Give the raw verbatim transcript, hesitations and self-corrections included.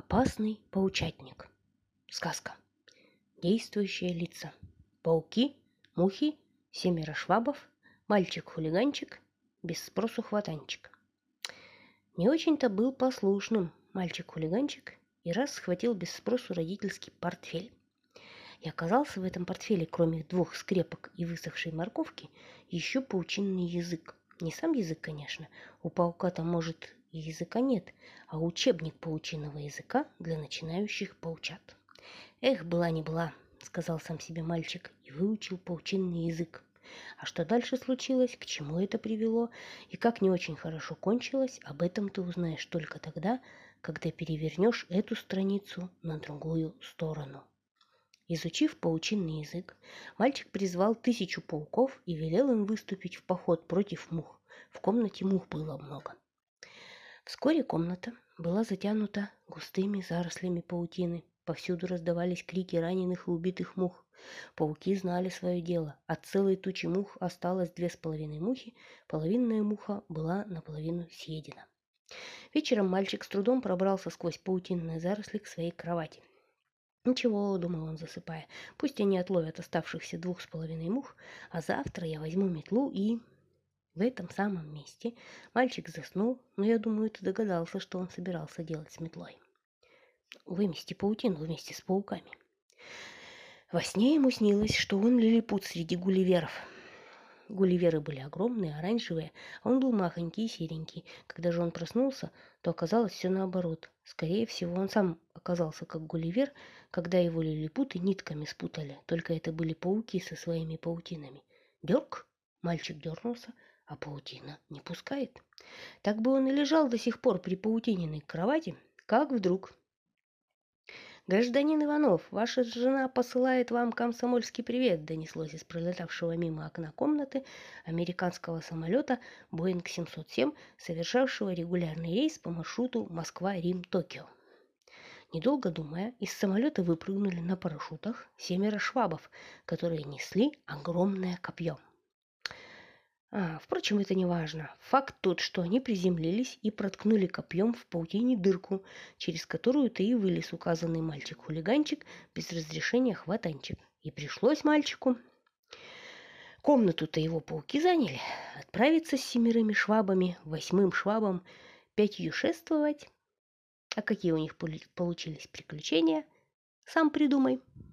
Опасный паучатник. Сказка. Действующие лица. Пауки, мухи, семеро швабов, мальчик-хулиганчик, без спросу хватанчик. Не очень-то был послушным мальчик-хулиганчик и раз схватил без спросу родительский портфель. И оказался в этом портфеле, кроме двух скрепок и высохшей морковки, еще паучинный язык. Не сам язык, конечно, у паука-то, может, и языка нет, а учебник паучиного языка для начинающих паучат. «Эх, была не была», — сказал сам себе мальчик и выучил паучинный язык. А что дальше случилось, к чему это привело и как не очень хорошо кончилось, об этом ты узнаешь только тогда, когда перевернешь эту страницу на другую сторону. Изучив паучинный язык, мальчик призвал тысячу пауков и велел им выступить в поход против мух. В комнате мух было много. Вскоре комната была затянута густыми зарослями паутины. Повсюду раздавались крики раненых и убитых мух. Пауки знали свое дело. От целой тучи мух осталось две с половиной мухи, половинная муха была наполовину съедена. Вечером мальчик с трудом пробрался сквозь паутинные заросли к своей кровати. «Ничего», — думал он, засыпая, — «пусть они отловят оставшихся двух с половиной мух, а завтра я возьму метлу и...» В этом самом месте мальчик заснул, но я думаю, ты догадался, что он собирался делать с метлой. Вымести паутину вместе с пауками. Во сне ему снилось, что он лилипут среди гулливеров. Гулливеры были огромные, оранжевые, а он был махонький и серенький. Когда же он проснулся, то оказалось все наоборот. Скорее всего, он сам оказался как гулливер, когда его лилипуты нитками спутали. Только это были пауки со своими паутинами. Дерг! Мальчик дернулся, а паутина не пускает. Так бы он и лежал до сих пор при паутининой кровати, как вдруг... «Гражданин Иванов, ваша жена посылает вам комсомольский привет», донеслось из пролетавшего мимо окна комнаты американского самолета Боинг семьсот семь, совершавшего регулярный рейс по маршруту Москва-Рим-Токио. Недолго думая, из самолета выпрыгнули на парашютах семеро швабов, которые несли огромное копье. А, впрочем, это не важно. Факт тот, что они приземлились и проткнули копьем в паутине дырку, через которую-то и вылез указанный мальчик-хулиганчик без разрешения хватанчик. И пришлось мальчику... Комнату-то его пауки заняли. Отправиться с семерыми швабами, восьмым швабом, пятью шествовать. А какие у них получились приключения, сам придумай.